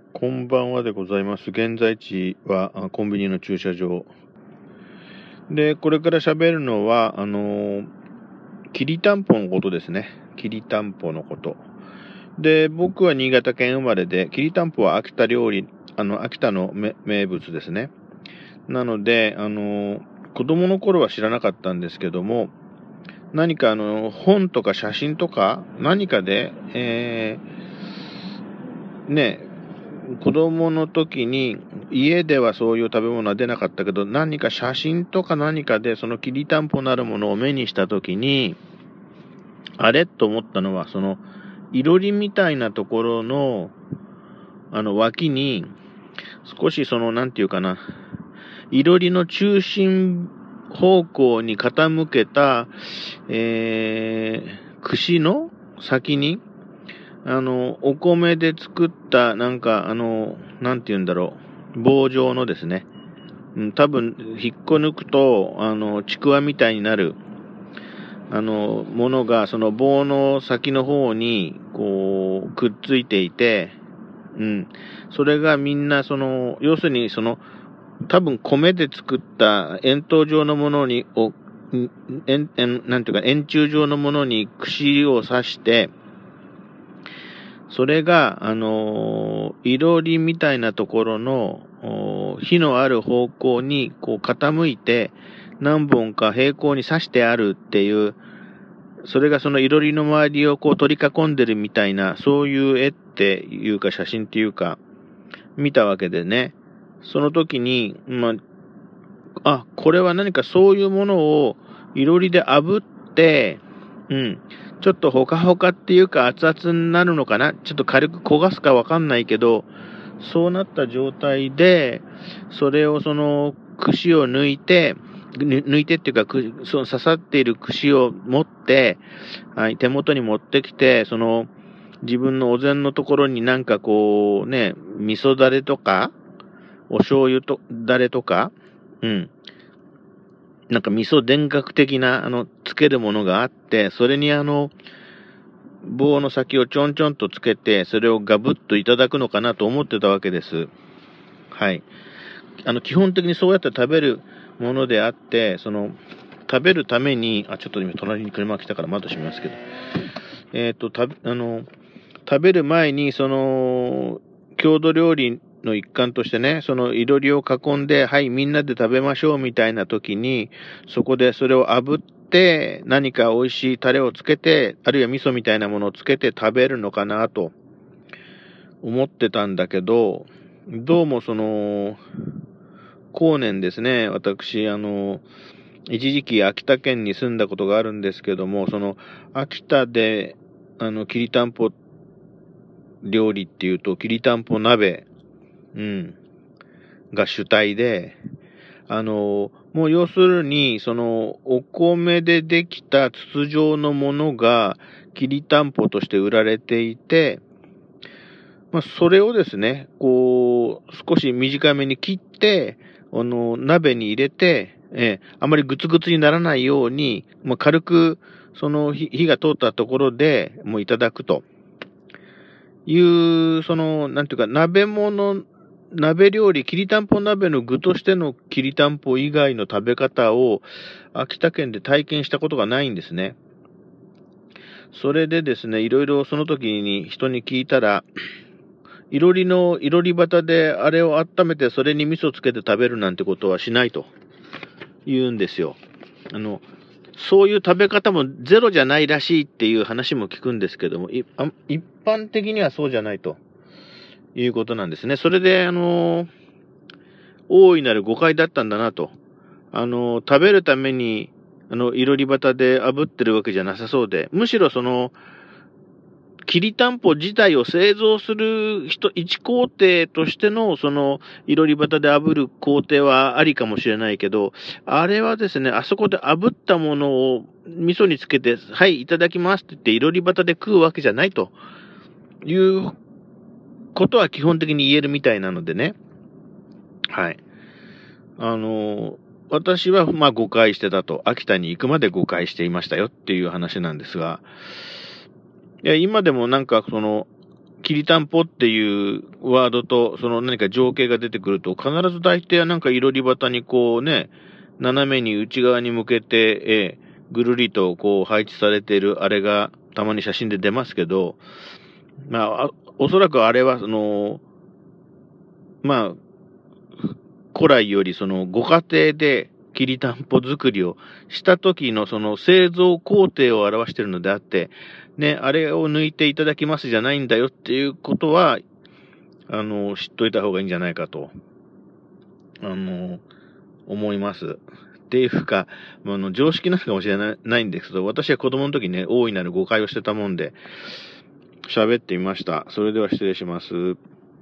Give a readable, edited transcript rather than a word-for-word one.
こんばんはでございます。現在地はコンビニの駐車場で、これから喋るのはきりたんぽのことですね。きりたんぽのことで、僕は新潟県生まれで、きりたんぽは秋田料理、秋田の名物ですね。なので子供の頃は知らなかったんですけども、何か本とか写真とか何かで、子供の時に家ではそういう食べ物は出なかったけど、何か写真とか何かでそのきりたんぽなるものを目にした時に、あれと思ったのは、そのいろりみたいなところの脇に少しなんていうかな、いろりの中心方向に傾けた、串の先にお米で作った、なんて言うんだろう、棒状のですね、多分、引っこ抜くと、ちくわみたいになる、ものが、その棒の先の方に、こう、くっついていて、それがみんな、要するに、多分、米で作った円筒状のものに、なんていうか、円柱状のものに串を刺して、それが、いろりみたいなところの火のある方向にこう傾いて何本か平行に刺してあるっていう、それがそのいろりの周りをこう取り囲んでるみたいな、そういう絵っていうか写真っていうか見たわけでね。その時に、これは何かそういうものをいろりで炙って、ちょっとほかほかっていうか熱々になるのかな、ちょっと軽く焦がすかわかんないけど、そうなった状態で、それを串を抜いてっていうか、その刺さっている串を持って、手元に持ってきて、自分のお膳のところになんかこうね、味噌だれとか、お醤油とだれとか、なんか味噌田楽的な、つけるものがあって、それに棒の先をちょんちょんとつけて、それをガブッといただくのかなと思ってたわけです。はい。基本的にそうやって食べるものであって、食べるために、ちょっと今隣に車が来たから窓閉めますけど、食べる前に、郷土料理の一環としてね、いろりを囲んで、はい、みんなで食べましょうみたいな時に、そこでそれを炙って、何か美味しいタレをつけて、あるいは味噌みたいなものをつけて食べるのかなと思ってたんだけど、どうも後年ですね、私、一時期秋田県に住んだことがあるんですけども、秋田で、きりたんぽ料理っていうと、きりたんぽ鍋、が主体で、もう要するに、お米でできた筒状のものが、きりたんぽとして売られていて、それをですね、こう、少し短めに切って、鍋に入れて、あまりグツグツにならないように、軽く、火が通ったところでもういただくという、なんていうか、鍋料理、きりたんぽ鍋の具としてのきりたんぽ以外の食べ方を、秋田県で体験したことがないんですね。それでですね、いろいろその時に人に聞いたら、いろり旗であれを温めてそれに味噌つけて食べるなんてことはしないと言うんですよ。そういう食べ方もゼロじゃないらしいっていう話も聞くんですけども、一般的にはそうじゃないということなんですね。それで、大いなる誤解だったんだなと。食べるために、いろり旗で炙ってるわけじゃなさそうで、むしろきりたんぽ自体を製造する一工程としての、いろり旗で炙る工程はありかもしれないけど、あれはですね、あそこで炙ったものを味噌につけて、はい、いただきますって言って、いろり旗で食うわけじゃないということは基本的に言えるみたいなのでね。はい。私は誤解してたと。秋田に行くまで誤解していましたよっていう話なんですが、いや、今でもなんかきりたんぽっていうワードと、その何か情景が出てくると、必ず大抵はなんかいろり端にこうね、斜めに内側に向けて、ぐるりとこう配置されているあれがたまに写真で出ますけど、まあ、おそらくあれはまあ、古来よりそのご家庭できりたんぽ作りをした時のその製造工程を表しているのであって、ね、あれを抜いていただきますじゃないんだよっていうことは、知っといた方がいいんじゃないかと、思います。っていうか、常識なのかもしれないんですけど、私は子供の時ね、大いなる誤解をしてたもんで、喋ってみました。それでは失礼します。